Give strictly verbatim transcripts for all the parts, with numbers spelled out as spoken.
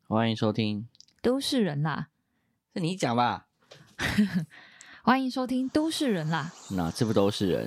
欢迎收听都市人啦， 是你讲吧。 欢迎收听都市人啦， 哪次不都是人？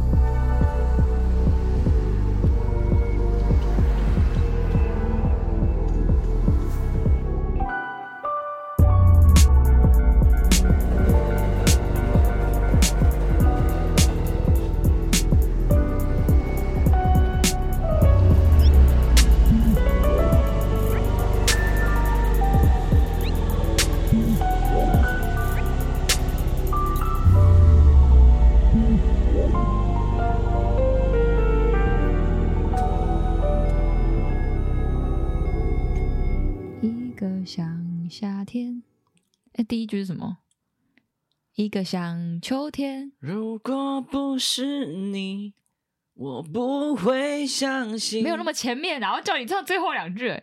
像夏天，哎，第一句是什么？一个像秋天。 如果不是你，我不会相信。 没有那么前面，然后叫你唱最后两句。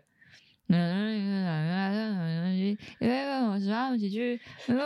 因为我喜欢喜剧。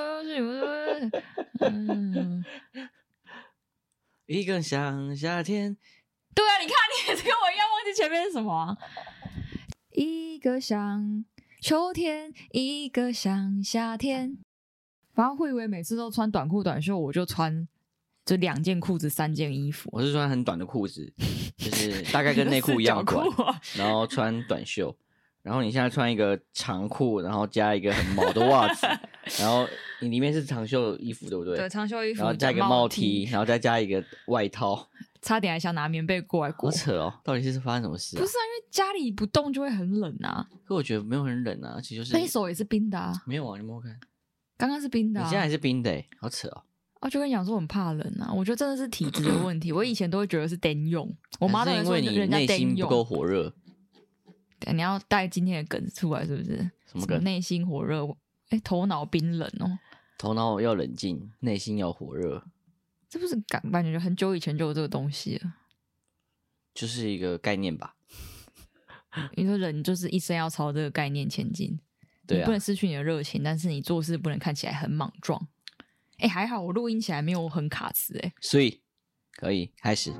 一个像夏天。 对啊，你看你也是跟我一样忘记前面是什么、啊。一个像秋天，一个像夏天。反正会以为每次都穿短裤短袖，我就穿就两件裤子三件衣服。 我是穿很短的裤子，就是大概跟内裤一样短， 啊、 然后穿短袖。然后你现在穿一个长裤，然后加一个很毛的袜子，然后你里面是长袖衣服，对不对？ 对，长袖衣服， 然后加一个帽 T， 然后再加一个外套。 差点还想拿棉被过来过， 好扯哦！到底是发生什么事、啊？ 不是啊，因为家里不动就会很冷啊。 可我觉得没有很冷啊，其实就是。 那你手也是冰的啊。 没有啊，你摸摸看。 刚刚是冰的、啊， 你现在还是冰的、欸，好扯哦。 啊，就跟你讲说我很怕冷啊，我觉得真的是体质的问题。我以前都会觉得是灯用，我妈都会说人家灯用。 因为你内心不够火热。 你要带今天的梗出来是不是？ 什么梗？ 内心火热，哎，头脑冰冷哦。 头脑要冷静，内心要火热。 这不是感感觉很久以前就有这个东西了。 就是一个概念吧。 你说人就是一生要朝这个概念前进， 对啊， 你不能失去你的热情，但是你做事不能看起来很莽撞。哎，还好我录音起来没有很卡词哎， 所以可以开始。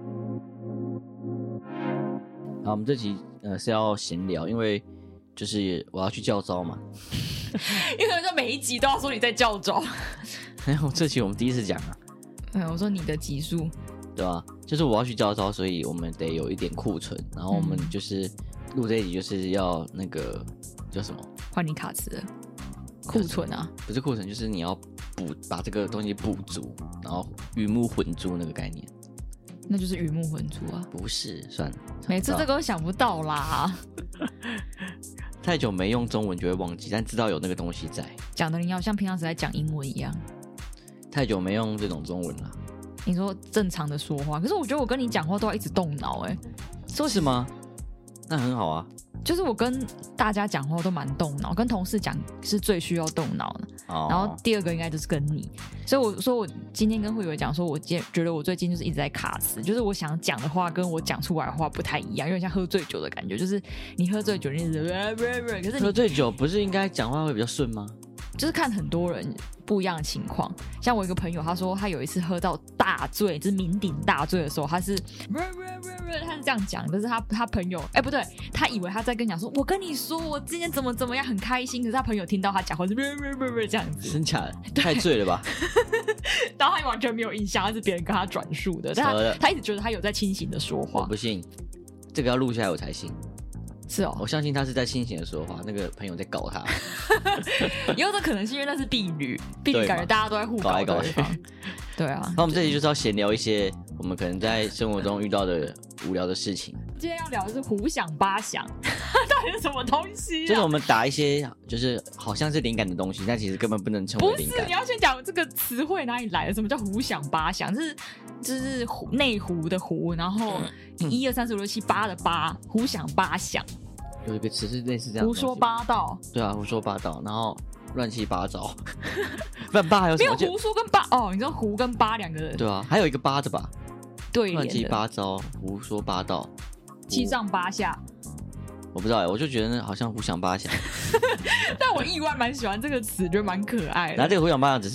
好，我们这集呃是要闲聊，因为就是我要去教招嘛。 因为说每一集都要说你在教招。 哎，我这集我们第一次讲啊。 嗯，我说你的集数。 对吧、啊？就是我要去教招，所以我们得有一点库存，然后我们就是录这一集就是要那个叫什么？ 换你卡词了，库存啊？ 不是库存，就是你要补把这个东西补足，然后鱼目混珠那个概念。 那就是鱼目混珠啊？ 不是，算了， 每次这个都想不到啦。 太久没用中文就会忘记，但知道有那个东西在。 讲的你好像平常时在讲英文一样。 太久没用这种中文了。 你说正常的说话，可是我觉得我跟你讲话都要一直动脑哎、欸， 是吗？那很好啊。 就是我跟大家讲话都蛮动脑，跟同事讲是最需要动脑的、哦。然后第二个应该就是跟你，所以我说我今天跟慧伟讲说，我今觉得我最近就是一直在卡词，就是我想讲的话跟我讲出来的话不太一样，有点像喝醉酒的感觉，就是你喝醉酒你一直，可是你喝醉酒不是应该讲话会比较顺吗？ 就是看很多人不一样的情况，像我一个朋友，他说他有一次喝到大醉，就是酩酊大醉的时候，他是他是这样讲，但是他他朋友，哎、欸、不对，他以为他在跟你讲说，我跟你说我今天怎么怎么样很开心，可是他朋友听到他讲话是这样子， 真假的？太醉了吧？ 然后他完全没有印象，他是别人跟他转述的，但他他一直觉得他有在清醒的说话。 我不信，这个要录下来我才信。 是哦， 我相信他是在清醒的说话，那个朋友在搞他。 也有这可能是因为那是婢女，婢女感觉大家都在互搞来搞去。对啊， 那我们这集就是要闲聊一些我们可能在生活中遇到的无聊的事情。 今天要聊的是胡想八想，到底是什么东西、啊？ 就是我们打一些就是好像是灵感的东西，但其实根本不能称为灵感。 不是，你要先讲这个词汇哪里来的？什么叫胡想八想？这是就是内湖的湖，然后一二三四五六七八的八，胡想八想。 有一个词是类似这样， 胡说八道。 对啊，胡说八道，然后乱七八糟。不然八还有什么？ 没有胡说跟八哦，你知道胡跟八两个人。 对啊，还有一个八的吧？ 对， 乱七八糟，胡说八道， 七上八下。 我不知道哎，我就觉得那好像胡想八想。 但我意外蛮喜欢这个词，觉得蛮可爱的。 然后这个胡想八想只是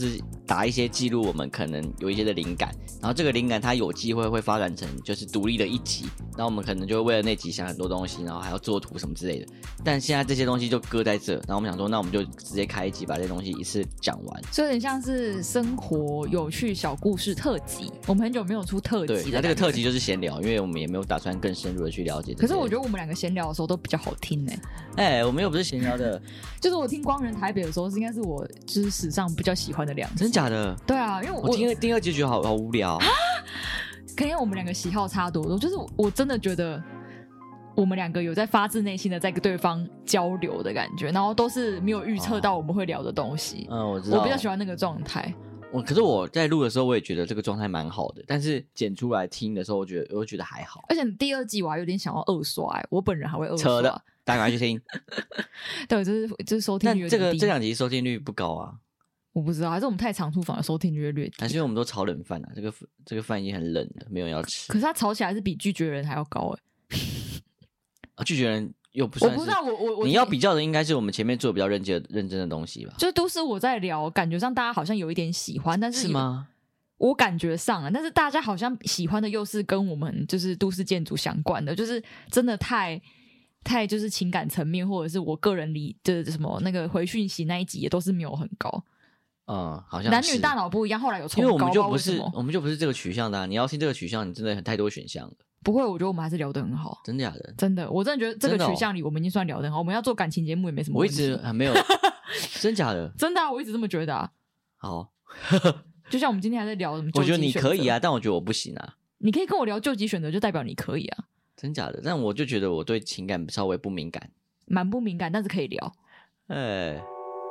打一些记录我们可能有一些的灵感，然后这个灵感它有机会会发展成就是独立的一集，然后我们可能就会为了那集想很多东西，然后还要做图什么之类的。但现在这些东西就搁在这，然后我们想说，那我们就直接开一集把这些东西一次讲完， 所以有点像是生活有趣小故事特辑。我们很久没有出特辑了， 对，那这个特辑就是闲聊，因为我们也没有打算更深入的去了解。 可是我觉得我们两个闲聊的时候都比较好听哎、 欸，哎、欸，我们又不是闲聊的， 就是我听光人台北的时候，应该是我就是史上比较喜欢的两集。 真假的？ 对啊，因为 我, 我听第二集觉得好好无聊， 可能我们两个喜好差多多，就是我真的觉得我们两个有在发自内心的在跟对方交流的感觉，然后都是没有预测到我们会聊的东西。 嗯，我知道， 我比较喜欢那个状态。 我可是我在录的时候，我也觉得这个状态蛮好的，但是剪出来听的时候，我觉得我觉得还好。 而且第二季我还有点想要二刷、欸，我本人还会二刷。 扯的，大家赶快去听。 对，就是就是收听率有点低。 但这个这两集收听率不高啊。 我不知道，还是我们太长处反而收听率略低， 还是因为我们都炒冷饭啊？这个这个饭已经很冷了，没有人要吃。 可是它炒起来是比拒绝人还要高哎、 欸。啊，拒绝人又不算是。 我不知道，我我我你要比较的应该是我们前面做比较认真的认真的东西吧？ 就是都是我在聊，感觉上大家好像有一点喜欢，但是是吗？ 我感觉上啊，但是大家好像喜欢的又是跟我们就是都市建筑相关的，就是真的太太就是情感层面，或者是我个人理的什么那个回讯息那一集也都是没有很高。 嗯，好像是男女大脑不一样，后来有冲高， 因为我们就不是我们就不是这个取向的、啊。你要听这个取向，你真的很太多选项了。 不会，我觉得我们还是聊得很好。 真的假的？ 真的，我真的觉得这个取向里我们已经算聊得很好。哦、我们要做感情节目也没什么问题。 我一直很没有，真假的？ 真的、啊，我一直这么觉得啊。 好， 就像我们今天还在聊什么， 我觉得你可以啊，但我觉得我不行啊。 你可以跟我聊救急选择，就代表你可以啊。 真假的？但我就觉得我对情感稍微不敏感， 蛮不敏感，但是可以聊。 哎。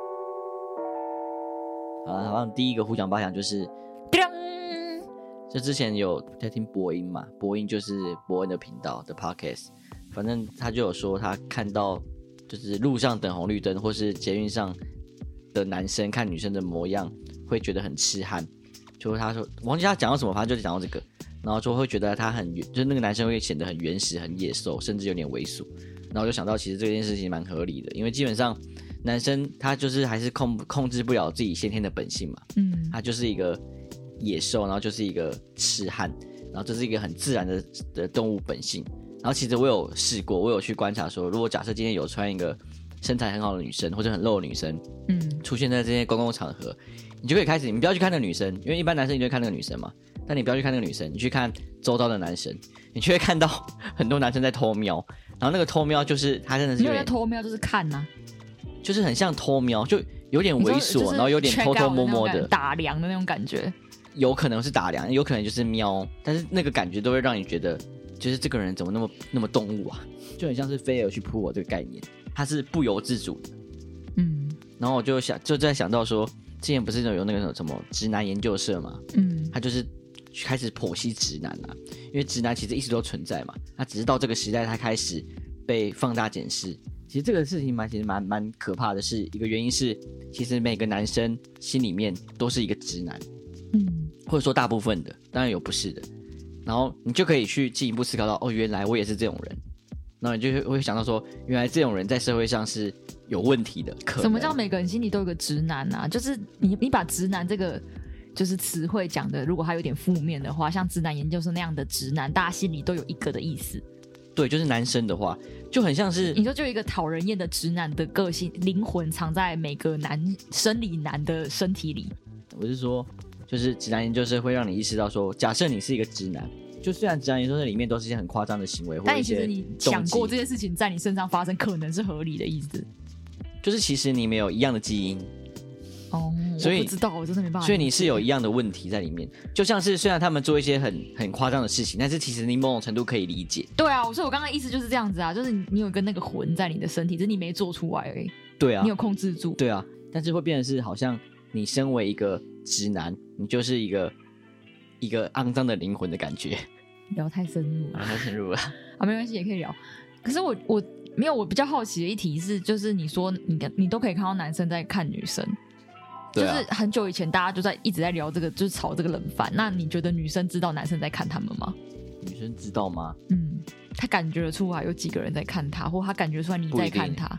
好，好像第一个胡讲八讲就是，就之前有在听播音嘛，播音就是伯恩的频道的 podcast， 反正他就有说他看到就是路上等红绿灯或是捷运上的男生看女生的模样会觉得很痴汉，就是他说忘记他讲到什么，反正就讲到这个，然后就会觉得他很就是那个男生会显得很原始、很野兽，甚至有点猥琐，然后我就想到其实这件事情蛮合理的，因为基本上。男生他就是还是控控制不了自己先天的本性嘛，嗯，他就是一个野兽，然后就是一个痴汉，然后这是一个很自然的的动物本性。然后其实我有试过，我有去观察说，如果假设今天有穿一个身材很好的女生或者很露的女生，嗯，出现在这些公共场合，你就可以开始，你不要去看那个女生，因为一般男生你就会看那个女生嘛，但你不要去看那个女生，你去看周遭的男生，你就会看到很多男生在偷瞄，然后那个偷瞄就是他真的是有点偷瞄，就是看呐、啊。 就是很像偷瞄，就有点猥琐，就是、然后有点偷偷摸摸的打量的那种感觉。 有可能是打量，有可能就是瞄，但是那个感觉都会让你觉得，就是这个人怎么那么那么动物啊？就很像是飞蛾去扑我这个概念，它是不由自主的。嗯，然后我就想，就在想到说，之前不是有那个什么直男研究社嘛？嗯，他就是开始剖析直男啊，因为直男其实一直都存在嘛，他只是到这个时代，他开始被放大检视。其实这个事情蛮其实蛮蛮可怕的，是一个原因是，其实每个男生心里面都是一个直男，嗯，或者说大部分的，当然有不是的，然后你就可以去进一步思考到，哦，原来我也是这种人，然后你就会想到说，原来这种人在社会上是有问题的。可能什么叫每个人心里都有个直男啊？就是你你把直男这个就是词汇讲的，如果他有点负面的话，像直男研究生那样的直男，大家心里都有一个的意思。 对，就是男生的话，就很像是你说就有一个讨人厌的直男的个性灵魂藏在每个男生理男的身体里。 我是说，就是直男研究生会让你意识到说，假设你是一个直男，就虽然直男研究生里面都是一些很夸张的行为， 但其实你想过这件事情在你身上发生可能是合理的意思， 就是其实你们有一样的基因。 哦，所以我不知道，我真的没办法。 所以你是有一样的问题在里面，就像是虽然他们做一些很很夸张的事情，但是其实你某种程度可以理解。 对啊，所以我刚刚意思就是这样子啊，就是你有一个那个魂在你的身体，只是你没做出来而已。 对啊， 你有控制住。 对啊，但是会变成是好像你身为一个直男，你就是一个一个肮脏的灵魂的感觉。 聊太深入了， 聊太深入了啊，没关系，也可以聊。可是我我没有，我比较好奇的一题是，就是你说你你都可以看到男生在看女生。就是很久以前大家就在一直在聊这个，就是炒这个冷饭。那你觉得女生知道男生在看他们吗？ 女生知道吗？ 嗯，她感觉得出来有几个人在看她，或她感觉出来你在看她，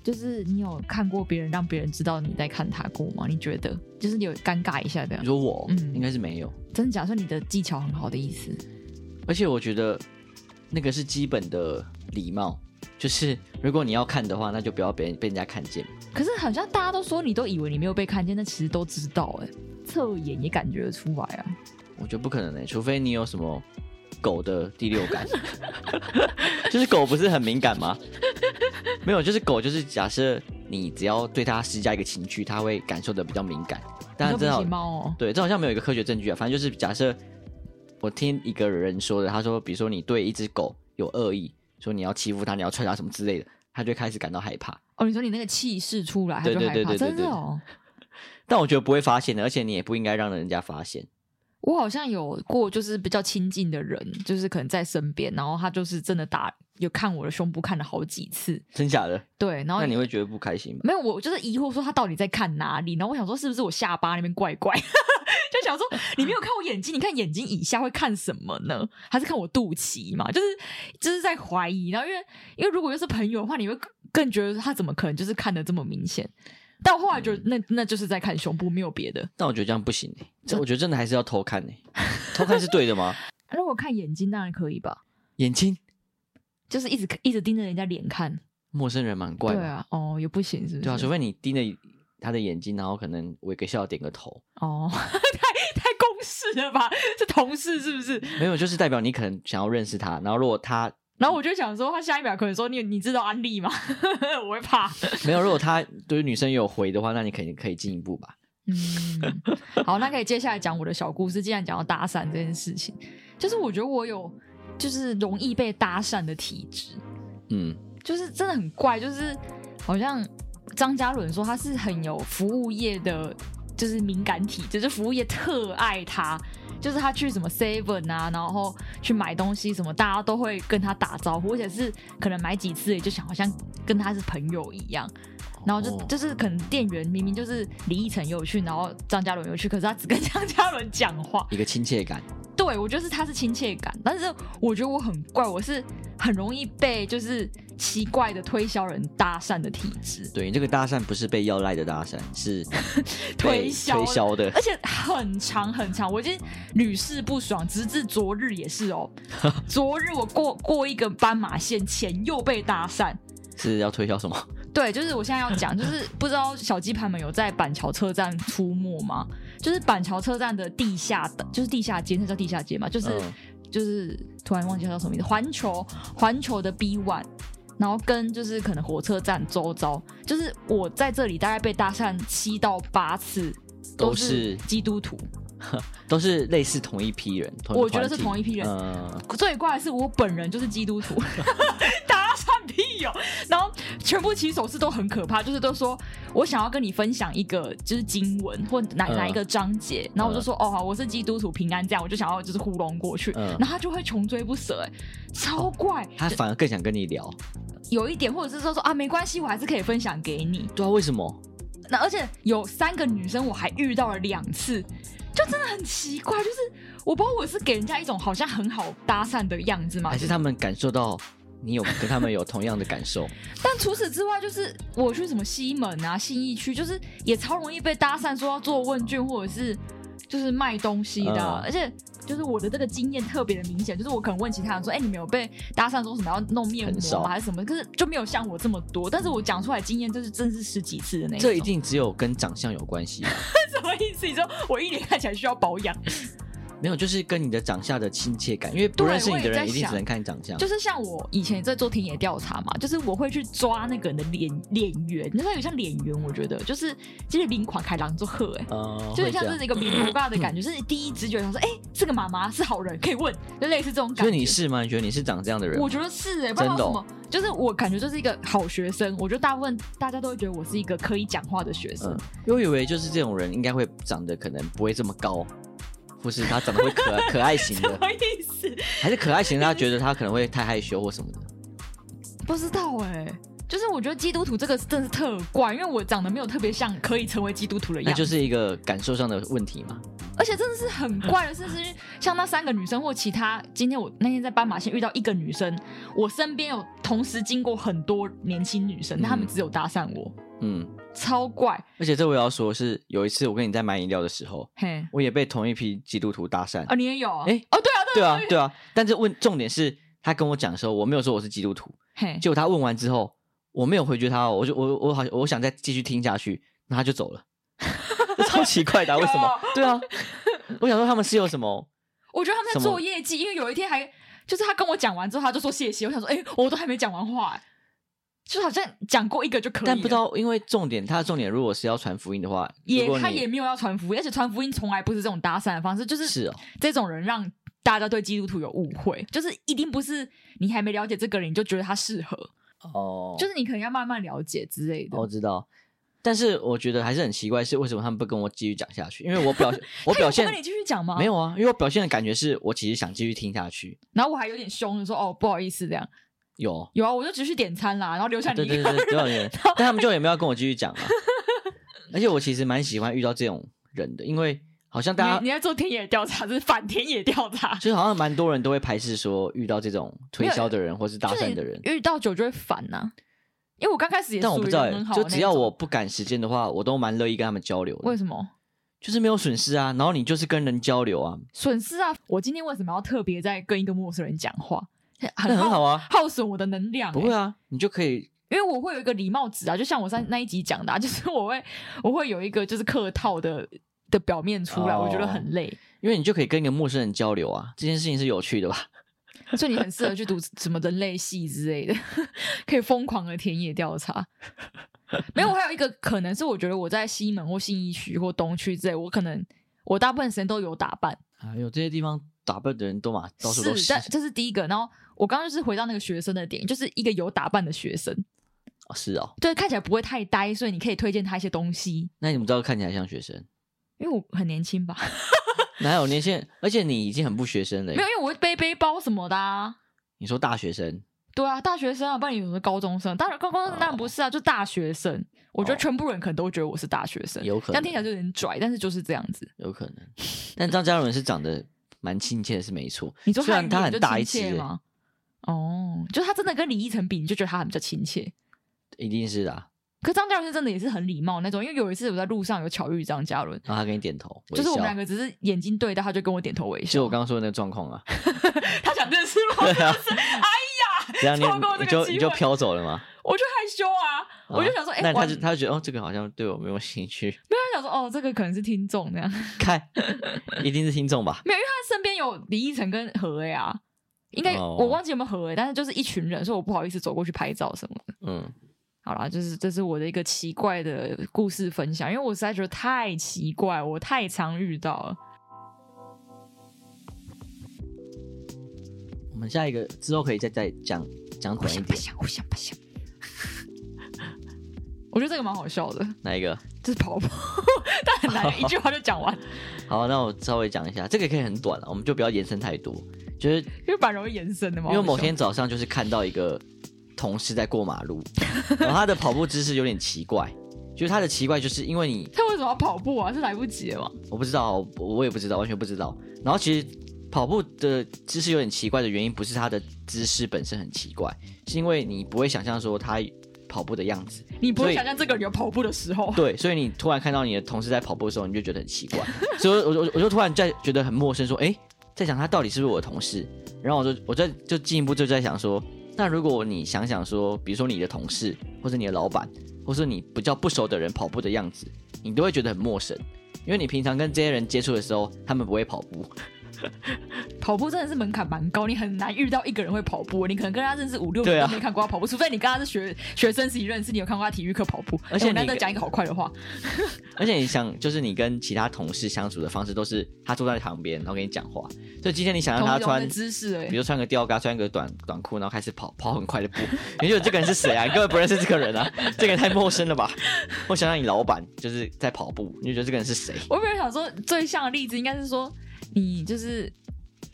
就是你有看过别人让别人知道你在看他过吗？你觉得就是你有尴尬一下这样？ 你说我，嗯，应该是没有。 真的假设你的技巧很好的意思？ 而且我觉得那个是基本的礼貌，就是如果你要看的话，那就不要被被人家看见。 可是好像大家都说你都以为你没有被看见，但其实都知道哎、欸，侧眼也感觉得出来啊。 我觉得不可能哎、欸，除非你有什么狗的第六感，就是狗不是很敏感吗？没有，就是狗就是假设你只要对它施加一个情绪，它会感受的比较敏感。但是这好猫哦， 对，这好像没有一个科学证据啊。反正就是假设我听一个人说的，他说，比如说你对一只狗有恶意，说你要欺负它，你要踹它什么之类的，它就会开始感到害怕。 哦，你说你那个气势出来，它就害怕， 对对对对对对真的哦。 但我觉得不会发现的，而且你也不应该让人家发现。 我好像有过，就是比较亲近的人，就是可能在身边，然后他就是真的打，有看我的胸部看了好几次。 真假的？ 对，然后那你会觉得不开心吗？ 没有，我就是疑惑说他到底在看哪里，然后我想说是不是我下巴那边怪怪，就想说你没有看我眼睛，你看眼睛以下会看什么呢？还是看我肚脐嘛？就是就是在怀疑，然后因为因为如果又是朋友的话，你会更觉得他怎么可能就是看得这么明显？但我后来觉得那那就是在看胸部，没有别的。 但我觉得这样不行欸，这我觉得真的还是要偷看欸。偷看是对的吗？ 如果看眼睛当然可以吧。 眼睛就是一直一直盯着人家脸看， 陌生人蛮怪的。 对啊，哦，也不行是不是？ 对啊，除非你盯着他的眼睛，然后可能微个笑点个头。 哦，太太公式了吧？是同事是不是？ 没有，就是代表你可能想要认识他，然后如果他。 然后我就想说，他下一秒可能说你你知道安利吗？我会怕。 没有，如果他对于女生有回的话，那你肯定可以进一步吧。 嗯，好，那可以接下来讲我的小故事。既然讲到搭讪这件事情，就是我觉得我有就是容易被搭讪的体质。嗯，就是真的很怪，就是好像张嘉伦说他是很有服务业的，就是敏感体，就是服务业特爱他。就是他去什么 seven 啊，然后去买东西什么，大家都会跟他打招呼，而且是可能买几次也就想好像跟他是朋友一样。然后就、哦、就是可能店员明明就是李易晨有去，然后张嘉伦有去，可是他只跟张嘉伦讲话， 一个亲切感。 对，我觉得是他是亲切感，但是我觉得我很怪，我是很容易被就是奇怪的推销人搭讪的体质。 对，这个搭讪不是被要赖的搭讪，是推销推销的， 而且很长很长，我已经屡试不爽，直至昨日也是哦。昨日我过过一个斑马线前又被搭讪， 是要推销什么？ 对，就是我现在要讲，就是不知道小鸡排们有在板桥车站出没吗？就是板桥车站的地下，就是地下街，那叫地下街嘛，就是、嗯、就是突然忘记叫什么名字，环球环球的 B 一， 然后跟就是可能火车站周遭，就是我在这里大概被搭讪七到八次，都是基督徒。 都是类似同一批人， 我觉得是同一批人。嗯、最怪的是我本人就是基督徒，搭讪屁哦！然后全部起手势都很可怕，就是都说我想要跟你分享一个就是经文或哪哪一个章节，嗯、然后我就说、嗯、哦好，我是基督徒，平安这样，我就想要就是糊弄过去，嗯、然后他就会穷追不舍，哎，超怪、哦。 他反而更想跟你聊， 有一点，或者是说说啊没关系，我还是可以分享给你。 对啊，为什么？ 那而且有三个女生，我还遇到了两次。就真的很奇怪，就是我不知道我是给人家一种好像很好搭讪的样子吗？ 还是他们感受到你有跟他们有同样的感受？ 但除此之外，就是我去什么西门啊、信义区，就是也超容易被搭讪，说要做问卷或者是就是卖东西的、啊嗯，而且就是我的这个经验特别的明显，就是我可能问其他人说：“哎、欸，你们有被搭讪说什么要弄面膜吗？还是什么？”可是就没有像我这么多，但是我讲出来经验就是真是十几次的那种。 这一定只有跟长相有关系吧？ 什么意思？你说我一脸看起来需要保养？ 没有，就是跟你的长相的亲切感，因为不认识你的人一定只能看长相。 就是像我以前在做田野调查嘛，就是我会去抓那个人的脸脸圆，你知道有像脸圆，我觉得就是就是脸款开朗做贺哎，就是像是一个面头尬的感觉，是你第一直觉想说，哎、欸，是个妈妈，是好人，可以问，就类似这种感觉。 所以你是吗？你觉得你是长这样的人？ 我觉得是哎、欸，不知道为什么，就是我感觉就是一个好学生，我觉得大部分大家都会觉得我是一个可以讲话的学生。 嗯、我以为就是这种人应该会长得可能不会这么高。或是他长得会可爱可爱型的， 什么意思？ 还是可爱型的？他觉得他可能会太害羞或什么的， 不知道哎、欸。就是我觉得基督徒这个真的是特怪，因为我长得没有特别像可以成为基督徒的样子， 那就是一个感受上的问题嘛。 而且真的是很怪的事，是像那三个女生或其他，今天我那天在斑马线遇到一个女生，我身边有同时经过很多年轻女生，但她们只有搭讪我，嗯，超怪。 而且这我要说是有一次我跟你在买饮料的时候，嘿，我也被同一批基督徒搭讪啊，你也有啊？ 哎、欸， 哦，对啊， 对啊，对啊。但是问重点是他跟我讲的时候，我没有说我是基督徒，嘿，结果他问完之后，我没有回绝他，我就我我好我想再继续听下去，那他就走了。超奇怪的、啊，为什么？对啊，我想说他们是有什么？ 我觉得他们在做业绩，因为有一天还就是他跟我讲完之后，他就说谢谢。我想说，哎、欸，我都还没讲完话、欸，就好像讲过一个就可以了。 但不知道，因为重点，他的重点如果是要传福音的话， 也他也没有要传福音，而且传福音从来不是这种搭讪的方式，就是是哦，这种人让大家对基督徒有误会，就是一定不是你还没了解这个人你就觉得他适合哦，就是你可能要慢慢了解之类的。 我知道。但是我觉得还是很奇怪，是为什么他们不跟我继续讲下去？因为我表我表现他有不跟你继续讲吗？ 没有啊，因为我表现的感觉是我其实想继续听下去， 然后我还有点凶的说哦不好意思这样。 有有啊，我就继续点餐啦，然后留下你一个人。 对对对对，但他们就也没有跟我继续讲啊。而且我其实蛮喜欢遇到这种人的，因为好像大家你, 你在做田野调查，是反田野调查， 就是好像蛮多人都会排斥说遇到这种推销的人或是搭讪的人， 遇到久就会烦呐、啊。因为我刚开始也但我不知道、欸，就只要我不赶时间的话，我都蛮乐意跟他们交流的。 为什么？ 就是没有损失啊，然后你就是跟人交流啊。 损失啊！我今天为什么要特别在跟一个陌生人讲话？ 很很好啊， 耗损我的能量、欸。 不会啊，你就可以， 因为我会有一个礼貌值啊，就像我在那一集讲的、啊，就是我会我会有一个就是客套的的表面出来、哦，我觉得很累。 因为你就可以跟一个陌生人交流啊，这件事情是有趣的吧？ 所以你很适合去读什么人类系之类的，可以疯狂的田野调查。没有，还有一个可能是，我觉得我在西门或信义区或东区之类，我可能我大部分时间都有打扮。 还有这些地方打扮的人都嘛，到处都是。 是，但这是第一个。然后我刚刚就是回到那个学生的点，就是一个有打扮的学生。 哦，是哦， 对，看起来不会太呆，所以你可以推荐他一些东西。 那你怎么知道看起来像学生？ 因为我很年轻吧。 哪有年轻人？而且你已经很不学生了。 没有，因为我会背背包什么的啊。 你说大学生？ 对啊，大学生啊，不然你有的高中生。当然，高中生当然不是啊， oh. 就大学生。我觉得全部人可能都觉得我是大学生， 有可能。 这样听起来就有点拽，但是就是这样子。 有可能。但张嘉伦是长得蛮亲切的，是没错。 你说虽然他很大一只吗？哦，就他真的跟李依晨比，你就觉得他比较亲切。 一定是的、啊。 可张嘉伦真的也是很礼貌那种，因为有一次我在路上有巧遇张嘉伦， 然后他跟你点头， 就是我们两个只是眼睛对到，他就跟我点头微笑。 就我刚刚说的那个状况啊。 他想认识我，对啊。哎呀， 这样你你就你就飘走了吗？ 我就害羞啊，啊我就想说，哎、欸， 那他就他就觉得哦，这个好像对我没有兴趣。 没有，他想说哦，这个可能是听众那样。 看，一定是听众吧？ 没有，因为他身边有李依晨跟何 A 啊，应该、哦、我忘记有没有何 A， 但是就是一群人，所以我不好意思走过去拍照什么的。嗯。好啦，就是这是我的一个奇怪的故事分享，因为我实在觉得太奇怪，我太常遇到了。 我们下一个之后可以再再讲讲短一点。 不想不想不想。我觉得这个蛮好笑的。 哪一个？ 就是跑步，但很难，一句话就讲完。 好，那我稍微讲一下，这个可以很短了，我们就不要延伸太多。就是因为蛮容易延伸的嘛。 因为某天早上就是看到一个同事在过马路，然后他的跑步姿势有点奇怪，就是他的奇怪就是因为你他为什么要跑步啊？是来不及了吗？ 我不知道，我也不知道，完全不知道。然后其实跑步的姿势有点奇怪的原因，不是他的姿势本身很奇怪，是因为你不会想象说他跑步的样子， 你不会想象这个人有跑步的时候。 对，所以你突然看到你的同事在跑步的时候，你就觉得很奇怪，所以我我我就突然在觉得很陌生，说，哎，在想他到底是不是我的同事？然后我就我在就进一步就在想说。那如果你想想说，比如说你的同事，或者你的老板，或是你比较不熟的人跑步的样子，你都会觉得很陌生，因为你平常跟这些人接触的时候，他们不会跑步。 跑步真的是门槛蛮高，你很难遇到一个人会跑步，你可能跟他认识五六年都没看过他跑步，啊、除非你跟他是学学生时期认识，你有看过他体育课跑步。而且我难得讲一个好快的话。 而且你想，就是你跟其他同事相处的方式都是他坐在旁边，然后跟你讲话。所以今天你想让他穿姿势、欸， 比如穿个吊嘎，穿个短短裤，然后开始跑跑很快的步，你觉得这个人是谁啊？你根本不认识这个人啊，这个人太陌生了吧？我想让你老板就是在跑步，你就觉得这个人是谁？ 我本来想说最像的例子应该是说。你就是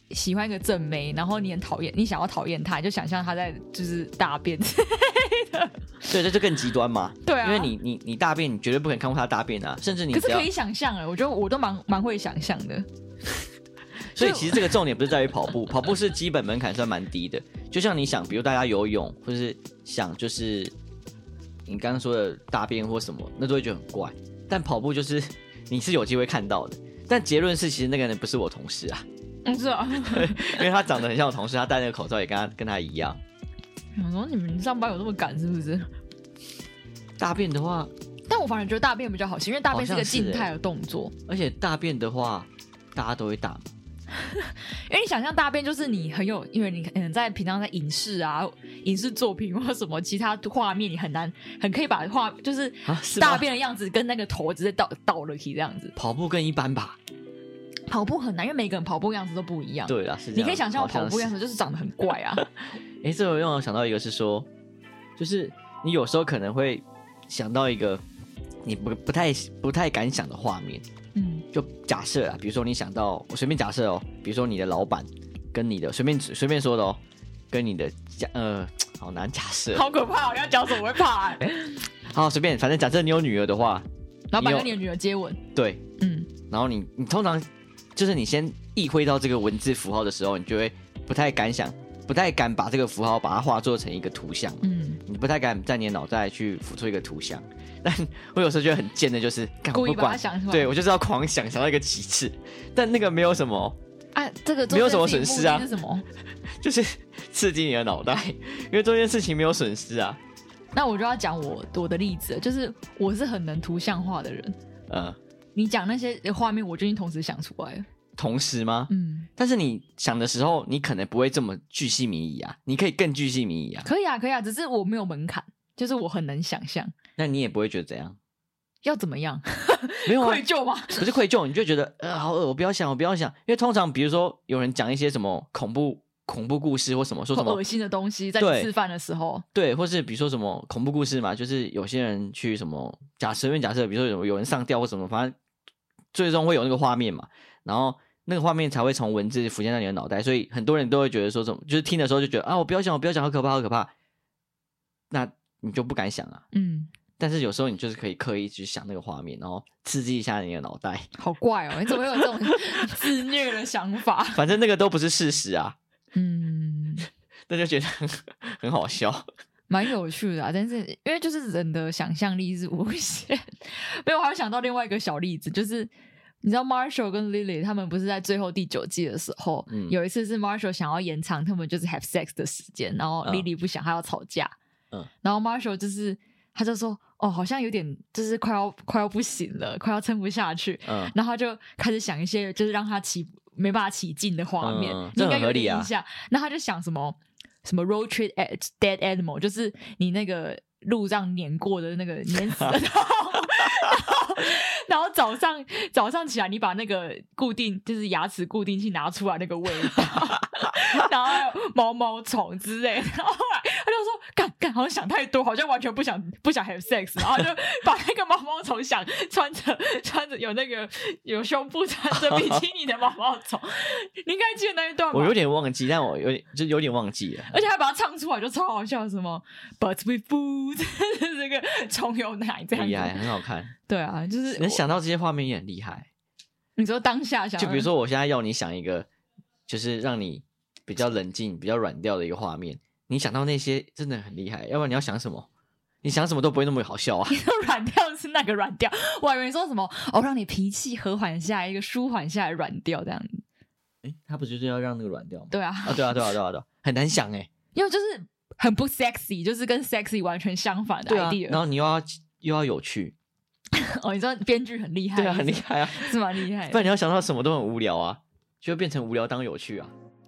喜欢一个正妹，然后你很讨厌，你想要讨厌她，你就想象她在就是大便之类的。 对，这就更极端嘛。 对啊， 因为你你你大便，你绝对不可能看过她大便啊，甚至你可是可以想象哎，我觉得我都蛮蛮会想象的。 所以其实这个重点不是在于跑步，跑步是基本门槛算蛮低的。就像你想，比如大家游泳，或是想就是你刚刚说的大便或什么，那都会觉得很怪。但跑步就是你是有机会看到的。但结论是，其实那个人不是我同事啊。 嗯，是啊， 因为他长得很像我同事，他戴那个口罩也跟他跟他一样。 我说你们上班有那么赶是不是？大便的话，但我反而觉得大便比较好吃，因为大便是个静态的动作， 欸、而且大便的话，大家都会大嘛。 因为你想象大便就是你很有，因为你可能在平常在影视啊、影视作品或什么其他画面，你很难很可以把画就是大便的样子跟那个头直接倒倒了去这样子。 跑步更一般吧？ 跑步很难，因为每个人跑步样子都不一样。 对啦，是这样。 你可以想象我跑步样子就是长得很怪啊。 哎、欸，这个让我想到一个是说，就是你有时候可能会想到一个你不不太不太敢想的画面。嗯，就假设啊，比如说你想到，我随便假设哦，比如说你的老板跟你的随便随便说的哦，跟你的家呃，好难假设， 好可怕、哦！要讲什么我会怕哎、欸。 好，随便，反正假设你有女儿的话， 老板跟你的女儿接吻， 对，嗯，然后你你通常就是你先意会到这个文字符号的时候，你就会不太敢想，不太敢把这个符号把它化作成一个图像，嗯，你不太敢在你的脑袋去浮出一个图像。但我有时候觉得很贱的，就是故意把它想出来， 对我就是要狂想，想到一个极致，但那个没有什么啊，这个没有什么损失啊， 是什么？ 就是刺激你的脑袋，因为这件事情没有损失啊。 那我就要讲我我的例子，就是我是很能图像化的人，嗯，你讲那些画面，我就已经同时想出来了。 同时吗？嗯，但是你想的时候，你可能不会这么巨细靡遗啊，你可以更巨细靡遗啊。 可以啊，可以啊，只是我没有门槛，就是我很能想象。 那你也不会觉得怎样？ 要怎么样？ 没有啊， 愧疚吗？ 不是愧疚，你就觉得呃好恶，我不要想，我不要想，因为通常比如说有人讲一些什么恐怖恐怖故事或什么，说什么恶心的东西，在吃饭的时候， 对，或是比如说什么恐怖故事嘛，就是有些人去什么假设，因为假设比如说有有人上吊或什么，反正最终会有那个画面嘛，然后那个画面才会从文字浮现在你的脑袋，所以很多人都会觉得说什么，就是听的时候就觉得啊，我不要想，我不要想，好可怕，好可怕，那你就不敢想啊，嗯。但是有时候你就是可以刻意去想那个画面，然后刺激一下你的脑袋。 好怪哦，你怎么会有这种自虐的想法？ 反正那个都不是事实啊。嗯，那就觉得 很, 很好笑， 蛮有趣的啊。但是因为就是人的想象力是无限，没有，我还想到另外一个小例子，就是你知道 Marshall 跟 Lily 他们不是在最后第九季的时候，嗯、有一次是 Marshall 想要延长他们就是 have sex 的时间，然后 Lily 不想，他要吵架，嗯，然后 Marshall 就是他就说。哦，好像有点就是快要快要不行了，快要撑不下去，嗯，然后他就开始想一些就是让他起没办法起劲的画面，嗯、应该有点印象。啊、然后他就想什么什么 road trip at dead animal， 就是你那个路上碾过的那个碾死的，然后然后早上早上起来，你把那个固定就是牙齿固定器拿出来那个味道，然后还有毛毛虫之类的，然后后来他就说干干好像想太多，好像完全不想不想 have sex， 然后就把那个毛毛虫想穿着穿着有那个有胸部穿着比基尼的毛毛虫，你应该记得那一段吗？ 我有点忘记，但我有点就有点忘记了， 而且还把它唱出来，就超好笑，什么 But with food 这个葱油奶这样厉害，很好看。 对啊，就是能想到这些画面也很厉害。 你说当下想， 就比如说我现在要你想一个，就是让你比较冷静、比较软调的一个画面，你想到那些真的很厉害。要不然你要想什么？你想什么都不会那么好笑啊。 你说软调是那个软调，我还以为说什么哦，让你脾气和缓下来，一个舒缓下来软调这样子。 哎，他不就是要让那个软调吗？ 对啊， 啊对啊对啊对啊对啊，很难想哎， 因为就是很不 sexy， 就是跟 sexy 完全相反的 idea。 啊、然后你又要又要有趣。 哦，你知道编剧很厉害， 对啊，很厉害啊， 是蛮厉害的。 不然你要想到什么都很无聊啊，就会变成无聊当有趣啊。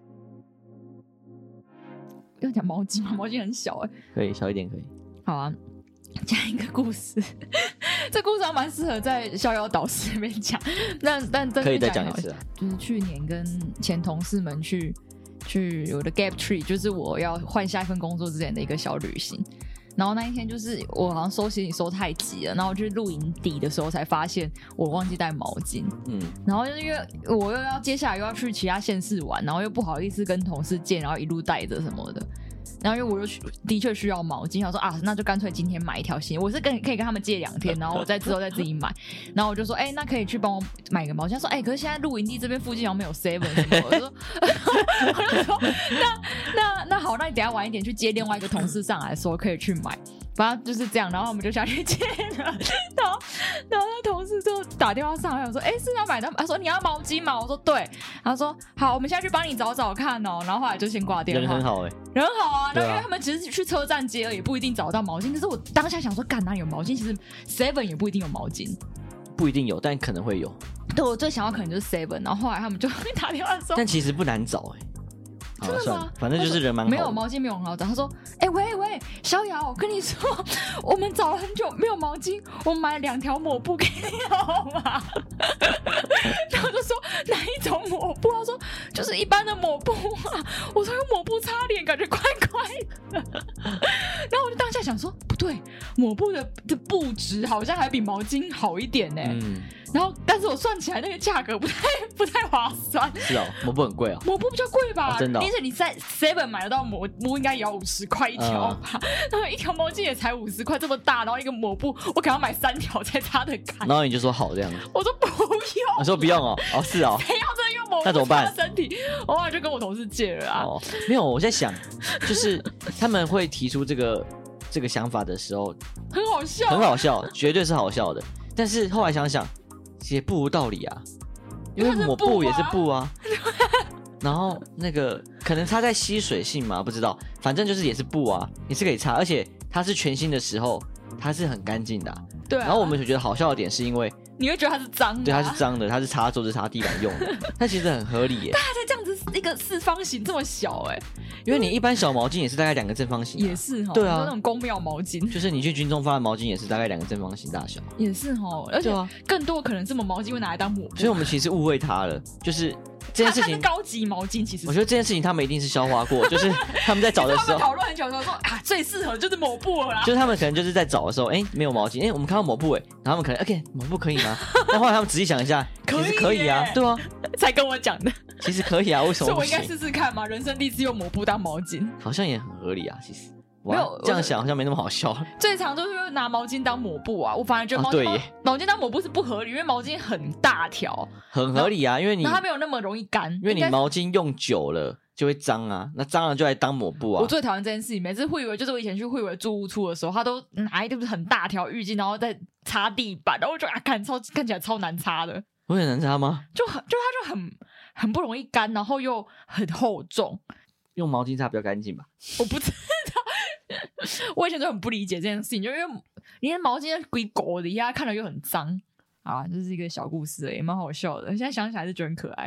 要讲毛巾吗？毛巾很小哎、欸， 可以小一点可以。 好啊，讲一个故事，这故事还蛮适合在逍遥导师那边讲，但但可以再讲一次啊。 就是去年跟前同事们去去我的 gap tree， 就是我要换下一份工作之前的一个小旅行。 然后那一天就是我好像收行李收太急了，然后我去露营地的时候才发现我忘记带毛巾。嗯，然后就是因为我又要接下来又要去其他县市玩，然后又不好意思跟同事借，然后一路带着什么的。然后因为我又的确需要毛巾，想说啊，那就干脆今天买一条新。我是跟可以跟他们借两天，然后我再之后再自己买。然后我就说，哎、欸，那可以去帮我买个毛巾。他说，哎、欸，可是现在露营地这边附近好像没有 seven 什么。我就说，我就说，那那那好，那你等一下晚一点去接另外一个同事上来说可以去买。反正就是这样，然后我们就下去接了。然后，然后那同事就打电话上来，我说：“哎、欸，是要买的？”他说：“你要毛巾吗？”我说：“对。”他说：“好，我们现在去帮你找找看哦。”然后后来就先挂电话。 人很好哎、欸， 人很好啊。然后因为他们其实去车站接了，也不一定找到毛巾。可是我当下想说，干哪里有毛巾？其实 Seven 也不一定有毛巾， 不一定有，但可能会有。 对，我最想要可能就是 Seven。然后后来他们就打电话说， 但其实不难找哎、欸。 真的吗？ 反正就是人蛮好的。 没有毛巾，没有很好找。他说：“哎、欸、喂喂，逍遥，我跟你说，我们找了很久没有毛巾，我买了两条抹布给你好吗？”然后就说哪一种抹布？他说就是一般的抹布啊。我说用抹布擦脸，感觉怪怪的。然后我就当下想说，不对，抹布的的布质好像还比毛巾好一点呢、欸。嗯。然后，但是我算起来那个价格不太不太划算。 是哦，抹布很贵哦。 抹布比较贵吧？ 哦、真的、哦。 而且你在 Seven 买得到抹布，应该也要五十块一条吧？嗯、然后一条毛巾也才五十块，这么大，然后一个抹布，我可能要买三条才擦得干。 然后你就说好这样子。 我说不用。 我说不用哦，哦是哦。 谁要真的用抹布？ 那怎么办？ 身体，我后来就跟我同事借了啊。 哦，没有，我在想，就是他们会提出这个这个想法的时候， 很好笑， 很好笑，绝对是好笑的。但是后来想想。也不无道理啊，因为抹布也是布啊，然后那个可能它在吸水性嘛，不知道，反正就是也是布啊，也是可以擦，而且它是全新的时候，它是很干净的、啊。 对、啊。 然后我们觉得好笑的点是因为你会觉得它是脏的、啊， 对，它是脏的，它是擦桌子、擦地板用的，但其实很合理耶。 大家在这样子一个四方形这么小哎， 因为你一般小毛巾也是大概两个正方形、啊， 也是哈， 对啊， 那种公庙毛巾， 就是你去军中发的毛巾也是大概两个正方形大小， 也是哈，而且更多可能这么毛巾会拿来当抹布， 所以我们其实误会它了，就是。这件事情它是高级毛巾，其实我觉得这件事情他们一定是消化过，就是他们在找的时候讨论很久的时候说啊，最适合就是抹布了啦。 就是他们可能就是在找的时候，哎、欸，没有毛巾，哎、欸，我们看到抹布，哎，然后他们可能 OK 抹布可以吗？但后来他们仔细想一下，其实可以啊，对啊， 才跟我讲的， 其实可以啊，为什么不行？ 所以我应该试试看嘛，人生第一次用抹布当毛巾， 好像也很合理啊，其实。 没有这样想好像没那么好笑。 最常就是拿毛巾当抹布啊，我反而觉得毛巾、 啊、 毛巾当抹布是不合理，因为毛巾很大条， 很合理啊，因为你它没有那么容易干， 因为你毛巾用久了就会脏啊，那脏了就来当抹布啊。 我最讨厌这件事情，每次慧伟就是我以前去慧伟住屋处的时候，他都拿一堆很大条浴巾，然后再擦地板，然后我觉得啊，看超看起来超难擦的。 会很难擦吗？ 就很就它就很很不容易干，然后又很厚重。 用毛巾擦比较干净吧？ 我不知道。我以前就很不理解这件事情，就因为你的毛巾鬼狗的一下，看了又很脏啊，这是一个小故事而已，蛮好笑的。现在想起来是觉得很可爱。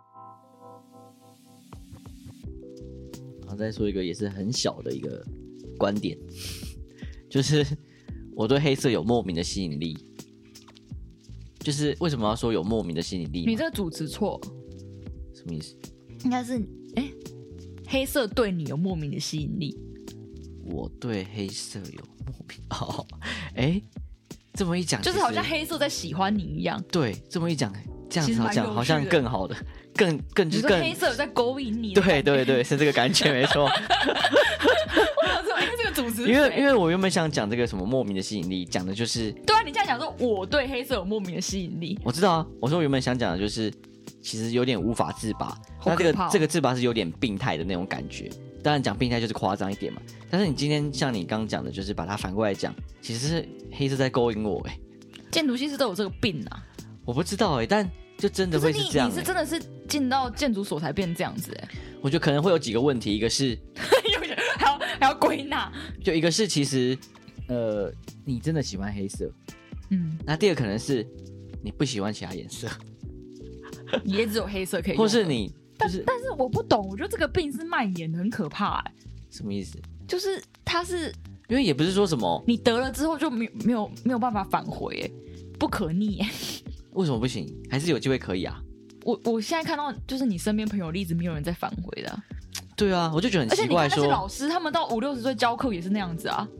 然后再说一个也是很小的一个观点，就是我对黑色有莫名的吸引力。就是为什么要说有莫名的吸引力？ 你这个主词错， 什么意思？ 应该是哎、欸，黑色对你有莫名的吸引力。 我对黑色有莫名哦，哎，这么一讲， 就是好像黑色在喜欢你一样。 对，这么一讲，这样子好像好像更好的，更更就是更黑色在勾引你。 对对对，是这个感觉，没错。 我想说，因为这个主持， 因为因为我原本想讲这个什么莫名的吸引力，讲的就是对啊，你这样讲说我对黑色有莫名的吸引力， 我知道啊。我说我原本想讲的就是，其实有点无法自拔。那这个这个自拔是有点病态的那种感觉。当然讲病态就是夸张一点嘛，但是你今天像你刚刚讲的，就是把它反过来讲，其实是黑色在勾引我哎、欸。 建筑系是都有这个病啊？ 我不知道哎、欸，但就真的会是这样、欸。 你是真的是进到建筑所才变这样子哎、欸？ 我觉得可能会有几个问题，一个是还要还要归纳， 就一个是其实呃你真的喜欢黑色，嗯，那第二可能是你不喜欢其他颜色， 也只有黑色可以用， 或是你。 但是但是我不懂，我觉得这个病是蔓延的很可怕哎、欸。 什么意思？ 就是它是因为也不是说什么你得了之后就没有没有没有办法返回哎、欸，不可逆哎、欸。 为什么不行？还是有机会可以啊？ 我我现在看到就是你身边朋友例子，没有人在返回的、啊。 对啊，我就觉得很奇怪说， 而且你看那些老师，他们到五六十岁教课也是那样子啊。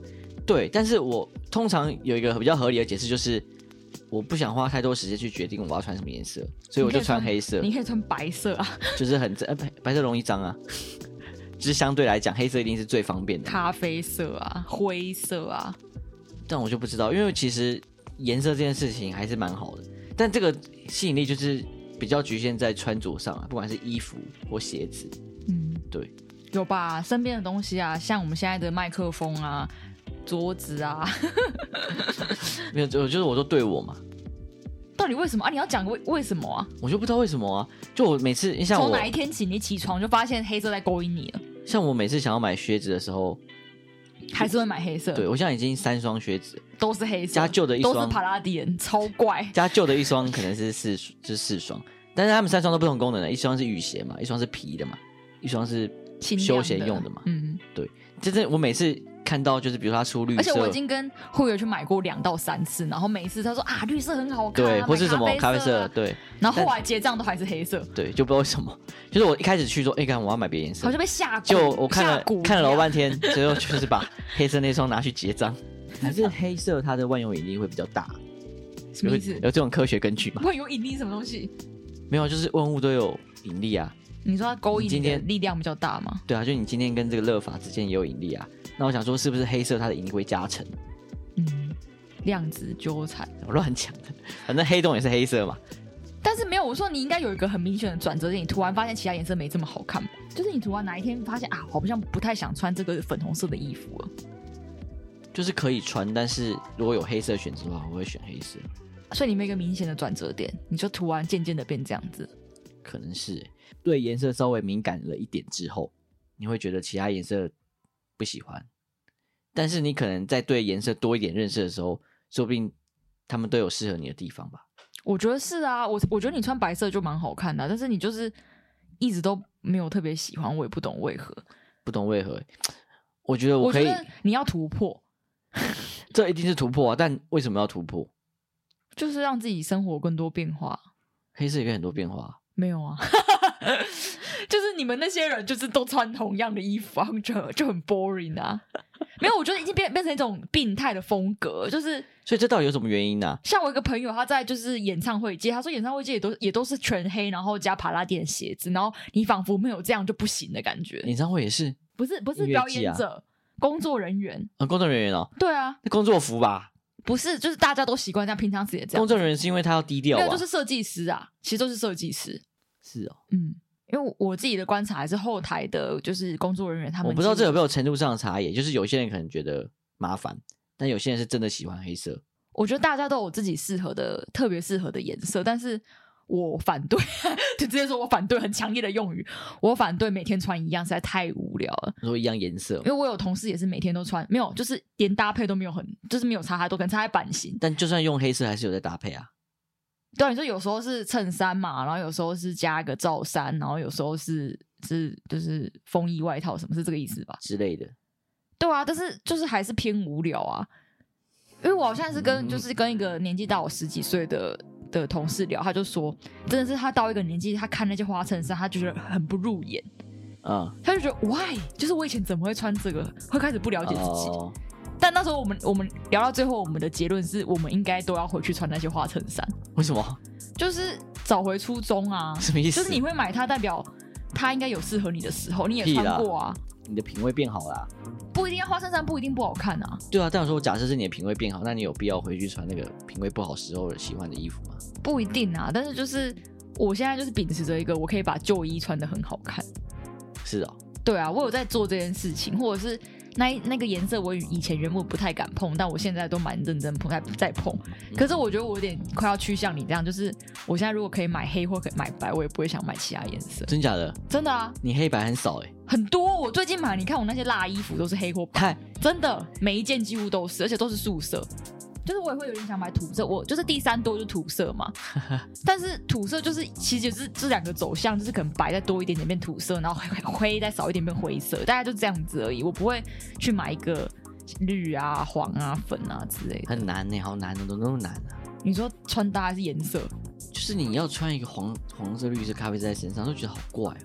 对，但是我通常有一个比较合理的解释，就是我不想花太多时间去决定我要穿什么颜色，所以我就穿黑色。 你可以穿白色啊， 就是很呃白色容易脏啊，就是相对来讲黑色一定是最方便的。 咖啡色啊，灰色啊， 但我就不知道，因为其实颜色这件事情还是蛮好的，但这个吸引力就是比较局限在穿着上啊，不管是衣服或鞋子。嗯，对， 有吧？身边的东西啊，像我们现在的麦克风啊、桌子啊， 没有，就是我都对我嘛。 到底为什么啊？你要讲为为什么啊？ 我就不知道为什么啊。就我每次像我从哪一天起，你起床就发现黑色在勾引你了？ 像我每次想要买靴子的时候， 还是会买黑色。 对，我现在已经三双靴子都是黑色， 加旧的一双都是帕拉迪人，超怪。 加旧的一双可能是四就是四双，但是他们三双都不同功能的，一双是雨鞋嘛，一双是皮的嘛，一双是休闲用的嘛。嗯，对，就是我每次看到就是比如说他出绿色， 而且我已经跟会员去买过两到三次，然后每一次他说啊绿色很好看、啊， 对，或是什么咖啡色，对， 然后后来结账都还是黑色， 对，就不知道为什么，就是我一开始去说，哎、欸，看我要买别的颜色， 我就被吓蛊， 就我看了看了老半天，最后就是把黑色那双拿去结账，还是黑色它的万有引力会比较大， 什么意思？ 有这种科学根据吗？ 万有引力是什么东西？ 没有，就是万物都有引力啊。 你说它勾引你的力量比较大吗？ 对啊，就你今天跟这个热法之间也有引力啊。那我想说，是不是黑色它的引力会加成？ 嗯，量子纠缠， 我乱讲的。反正黑洞也是黑色嘛。 但是没有，我说你应该有一个很明显的转折点，你突然发现其他颜色没这么好看，就是你突然哪一天发现啊，好像不太想穿这个粉红色的衣服了。 就是可以穿，但是如果有黑色选择的话，我会选黑色。 所以你没有一个明显的转折点，你就突然渐渐的变这样子。 可能是对颜色稍微敏感了一点之后，你会觉得其他颜色不喜欢，但是你可能在对颜色多一点认识的时候，说不定他们都有适合你的地方吧。 我觉得是啊，我我觉得你穿白色就蛮好看的、啊，但是你就是一直都没有特别喜欢，我也不懂为何。 不懂为何？我觉得我可以， 我觉得你要突破， 这一定是突破啊！但为什么要突破？ 就是让自己生活更多变化。 黑色也可以很多变化。 没有啊，就是你们那些人就是都穿同样的衣服啊，就就很 boring 啊。没有，我觉得已经变变成一种病态的风格，就是所以这到底有什么原因呢、啊？ 像我一个朋友，他在就是演唱会界，他说演唱会界也都也都是全黑，然后加帕拉迪的鞋子，然后你仿佛没有这样就不行的感觉。 演唱会也是， 不是不是表演者，啊、工作人员啊，工作人员哦， 对啊， 那工作服吧。 不是，就是大家都习惯这样，平常时也这样。 工作人员是因为他要低调、啊， 没有，就是设计师啊，其实都是设计师。 是哦， 嗯，因为我自己的观察还是后台的，就是工作人员他们。 我不知道这有没有程度上的差异，就是有些人可能觉得麻烦，但有些人是真的喜欢黑色。 我觉得大家都有自己适合的、特别适合的颜色，但是我反对，就直接说我反对，很强烈的用语，我反对每天穿一样，实在太无聊了。 说一样颜色， 因为我有同事也是每天都穿，没有，就是连搭配都没有很，就是没有差太多，可能差在版型。 但就算用黑色，还是有在搭配啊。 对，你说有时候是衬衫嘛，然后有时候是加一个罩衫，然后有时候是是就是风衣外套，什么是这个意思吧？ 之类的。 对啊，但是就是还是偏无聊啊。因为我好像是跟、嗯、就是跟一个年纪大我十几岁的的同事聊，他就说，真的是他到一个年纪，他看那些花衬衫，他就觉得很不入眼。嗯，他就觉得 why， 就是我以前怎么会穿这个，会开始不了解自己。哦，但那时候我们我们聊到最后，我们的结论是我们应该都要回去穿那些花衬衫。 为什么？ 就是找回初衷啊！ 什么意思？ 就是你会买它，代表它应该有适合你的时候，你也穿过啊。 你的品味变好啦， 不一定要花衬衫，不一定不好看啊。 对啊，但我说假设是你的品味变好，那你有必要回去穿那个品味不好时候喜欢的衣服吗？ 不一定啊，但是就是我现在就是秉持着一个我可以把旧衣穿得很好看。 是哦。 对啊，我有在做这件事情，或者是那那个颜色我以前原本不太敢碰，但我现在都蛮认真碰，在碰。可是我觉得我有点快要趋向你这样，就是我现在如果可以买黑或可以买白，我也不会想买其他颜色。 真假的？ 真的啊， 你黑白很少哎、欸。 很多，我最近买，你看我那些辣衣服都是黑或白，真的每一件几乎都是，而且都是素色。就是我也会有点想买土色，我就是第三多就是土色嘛，但是土色就是其实就是这两个走向，就是可能白再多一点点变土色，然后灰再少一点变灰色，大概就这样子而已。我不会去买一个绿啊、黄啊、粉啊之类的。 很难呢、欸，好难的，都那么难啊！ 你说穿搭还是颜色？ 就是你要穿一个黄黄色、绿色、咖啡色在身上，都觉得好怪哦。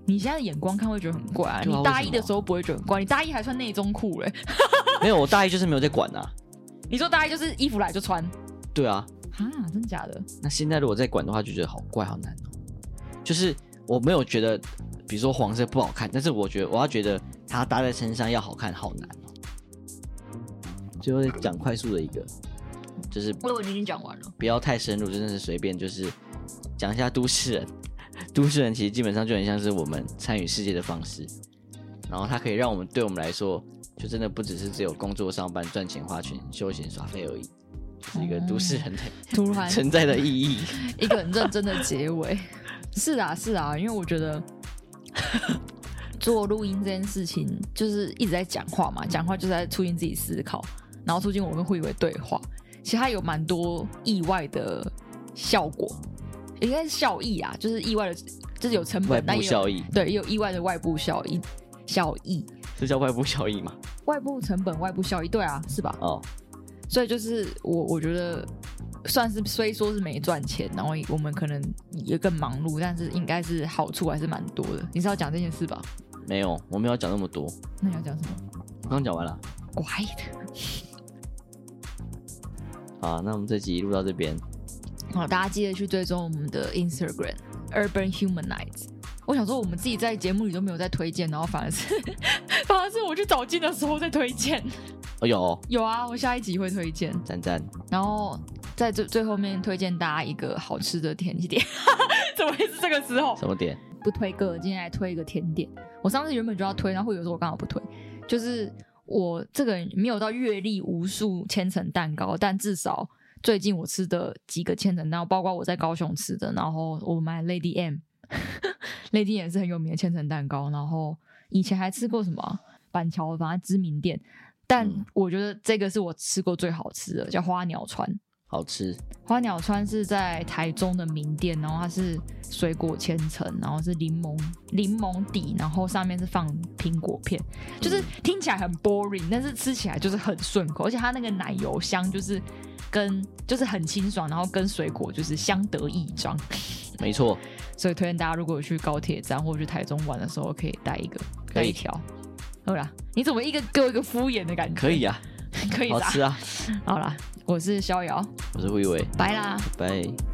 你现在的眼光看会觉得很怪啊。 啊你大一的时候不会觉得很怪，你大一还穿内中裤嘞。 没有，我大一就是没有在管啊。 你说大一就是衣服来就穿？ 对啊。 哈，真的假的？ 那现在如果再管的话，就觉得好怪好难哦。就是我没有觉得，比如说黄色不好看，但是我觉得我要觉得它搭在身上要好看，好难哦。最后再讲快速的一个，就是我以为你已经讲完了， 不要太深入，真的是随便就是讲一下都市人。都市人其实基本上就很像是我们参与世界的方式，然后它可以让我们对我们来说，就真的不只是只有工作、上班、赚钱、花钱、休闲、耍废而已，就是一个都市人的、嗯、 突然存在的意义。 一个很认真的结尾。是啊，是啊，因为我觉得做录音这件事情，就是一直在讲话嘛，讲话就是在促进自己思考，然后促进我跟慧伟对话。其实它有蛮多意外的效果。应该是效益啊，就是意外的，就是有成本， 外部效益， 对，也有意外的外部效益，效益是叫外部效益吗？ 外部成本、外部效益，对啊，是吧？ 哦， 所以就是我，我觉得算是虽说是没赚钱，然后我们可能也更忙碌，但是应该是好处还是蛮多的。你是要讲这件事吧？ 没有，我没有讲那么多。 那你要讲什么？ 我刚讲完了。 乖的。 好，那我们这集录到这边。 好，大家记得去追踪我们的 Instagram Urban Humanize。我想说，我们自己在节目里都没有在推荐，然后反而是反而是我去找金的时候在推荐。 哦，有有啊，我下一集会推荐， 赞赞。 然后在最最后面推荐大家一个好吃的甜点。怎么会是这个时候？ 什么点？ 不推歌，今天来推一个甜点。我上次原本就要推，然后会有时候我刚好不推，就是我这个人没有到阅历无数千层蛋糕，但至少。最近我吃的几个千层蛋糕，包括我在高雄吃的，然后我买 Lady M，Lady M 是很有名的千层蛋糕，然后以前还吃过什么板桥反正知名店，但我觉得这个是我吃过最好吃的，叫花鸟川。 好吃。 花鸟川是在台中的名店，然后它是水果千层，然后是柠檬柠檬底，然后上面是放苹果片，就是听起来很 boring， 但是吃起来就是很顺口，而且它那个奶油香就是跟就是很清爽，然后跟水果就是相得益彰。 没错， 所以推荐大家如果去高铁站或者去台中玩的时候，可以带一个带一条。好啦，你怎么一个给我一个敷衍的感觉？ 可以啊， 可以好吃啊。 好啦，我是逍遥， 我是慧伟， 拜啦， 拜。